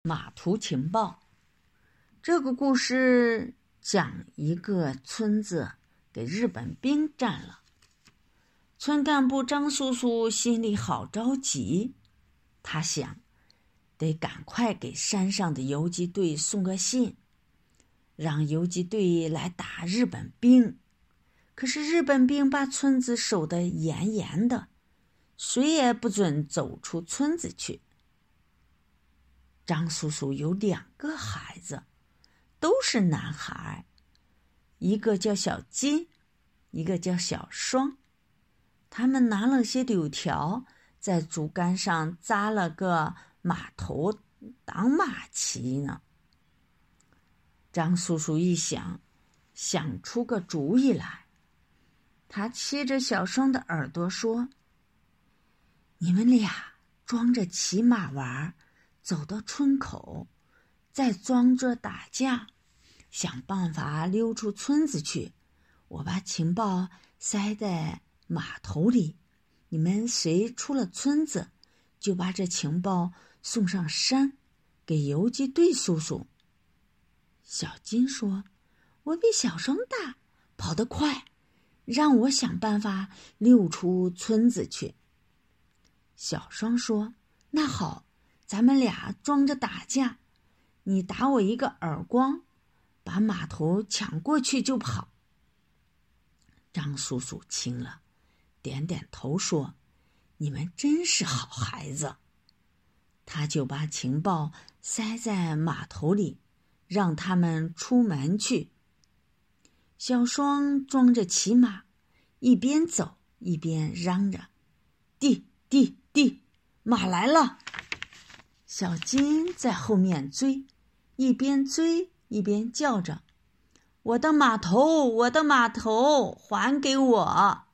码头情报。这个故事讲一个村子给日本兵占了，村干部张叔叔心里好着急，他想得赶快给山上的游击队送个信，让游击队来打日本兵。可是日本兵把村子守得严严的，谁也不准走出村子去。张叔叔有2个孩子，都是男孩，一个叫小金，一个叫小双。他们拿了些柳条，在竹竿上扎了个马头当马骑呢。张叔叔一想出个主意来，他牵着小双的耳朵说：你们俩装着骑马玩，走到村口，再装着打架，想办法溜出村子去。我把情报塞在码头里，你们谁出了村子，就把这情报送上山，给游击队叔叔。小金说：我比小双大，跑得快，让我想办法溜出村子去。小双说：那好，咱们俩装着打架，你打我一个耳光，把码头抢过去就跑。张叔叔听了，点点头说：你们真是好孩子。他就把情报塞在码头里，让他们出门去。小双装着骑马，一边走一边嚷着：滴滴滴，马来了！小金在后面追，一边追一边叫着：我的码头，我的码头，还给我！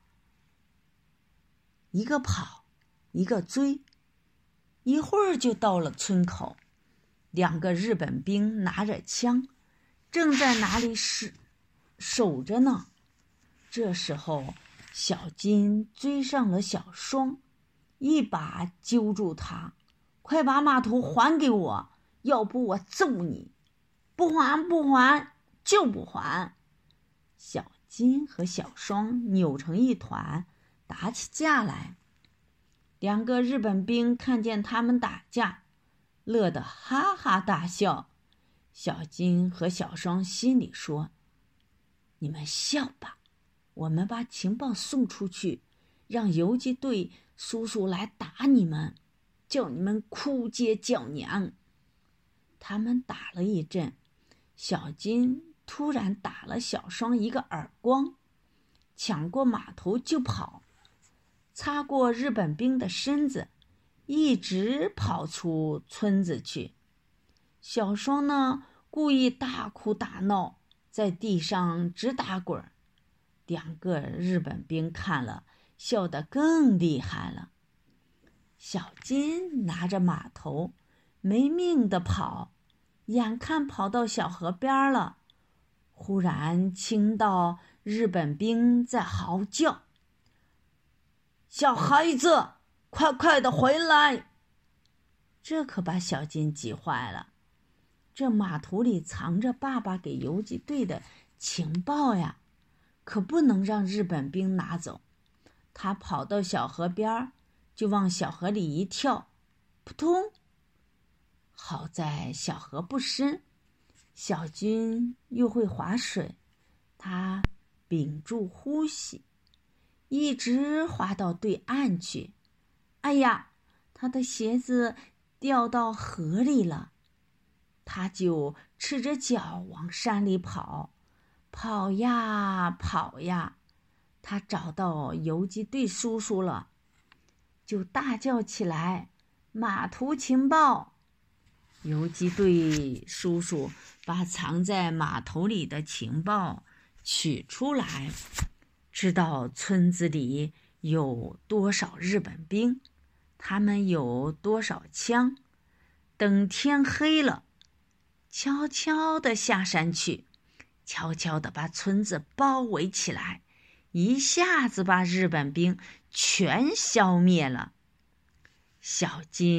一个跑，一个追，一会儿就到了村口。2个日本兵拿着枪，正在那里守着呢。这时候，小金追上了小双，一把揪住他：快把码头还给我，要不我揍你！不还，就不还！小金和小双扭成一团，打起架来。2个日本兵看见他们打架，乐得哈哈大笑。小金和小双心里说：你们笑吧，我们把情报送出去，让游击队叔叔来打你们，叫你们哭爹叫娘。他们打了一阵，小金突然打了小双一个耳光，抢过码头就跑，擦过日本兵的身子，一直跑出村子去。小双呢，故意大哭大闹，在地上直打滚。2个日本兵看了，笑得更厉害了。小金拿着马头，没命地跑，眼看跑到小河边了，忽然听到日本兵在嚎叫：小孩子，快快地回来！这可把小金急坏了，这码头里藏着爸爸给游击队的情报呀，可不能让日本兵拿走。他跑到小河边，就往小河里一跳，扑通！好在小河不深，小金又会划水，他屏住呼吸，一直滑到对岸去。哎呀，他的鞋子掉到河里了。他就赤着脚往山里跑，跑呀跑呀，他找到游击队叔叔了，就大叫起来：码头情报！游击队叔叔把藏在码头里的情报取出来，知道村子里有多少日本兵，他们有多少枪。等天黑了，悄悄地下山去，悄悄地把村子包围起来，一下子把日本兵全消灭了。小金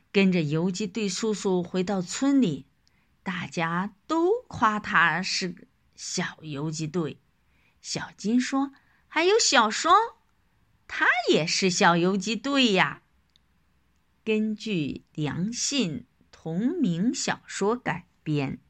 跟着游击队叔叔回到村里，大家都夸他是个小游击队。小金说：“还有小双，他也是小游击队呀。”根据梁信同名小说改编。